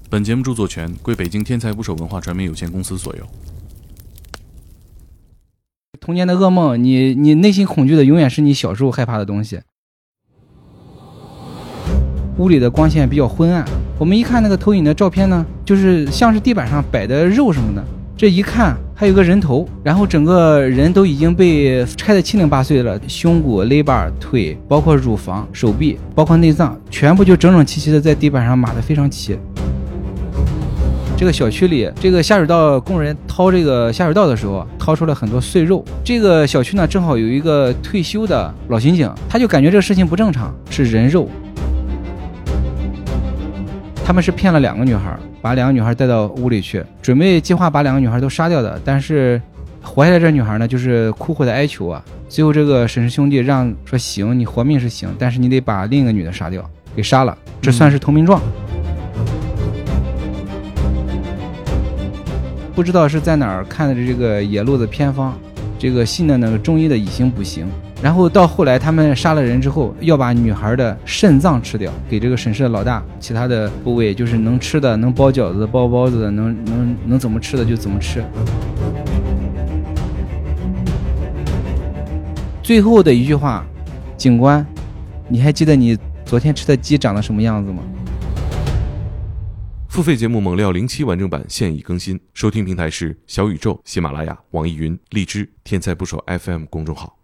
本节目著作权归北京天才捕手文化传媒有限公司所有。 童年的噩梦，你内心恐惧的永远是你小时候害怕的东西。屋里的光线比较昏暗，我们一看那个投影的照片呢，就是像是地板上摆的肉什么的，这一看还有个人头，然后整个人都已经被拆得七零八碎了，胸骨、肋巴、腿，包括乳房、手臂，包括内脏，全部就整整齐齐的在地板上码得非常齐。这个小区里，这个下水道工人掏这个下水道的时候，掏出了很多碎肉。这个小区呢，正好有一个退休的老刑警，他就感觉这个事情不正常，是人肉。他们是骗了2个女孩，把2个女孩带到屋里去，准备计划把2个女孩都杀掉的。但是活下来这女孩呢，就是哭哭的哀求啊。最后这个沈氏兄弟让说行，你活命是行，但是你得把另一个女的杀掉，给杀了，这算是投名状。不知道是在哪儿看的这个野路的偏方，这个信的那个中医的以形补形，然后到后来他们杀了人之后，要把女孩的肾脏吃掉，给这个沈氏的老大其他的部位就是能吃的，能包饺子包包子的，能怎么吃的就怎么吃。最后的一句话，警官，你还记得你昨天吃的鸡长得什么样子吗？ 付费节目猛料07完整版现已更新，收听平台是小宇宙、喜马拉雅、网易云、荔枝、天才捕手 FM 公众号。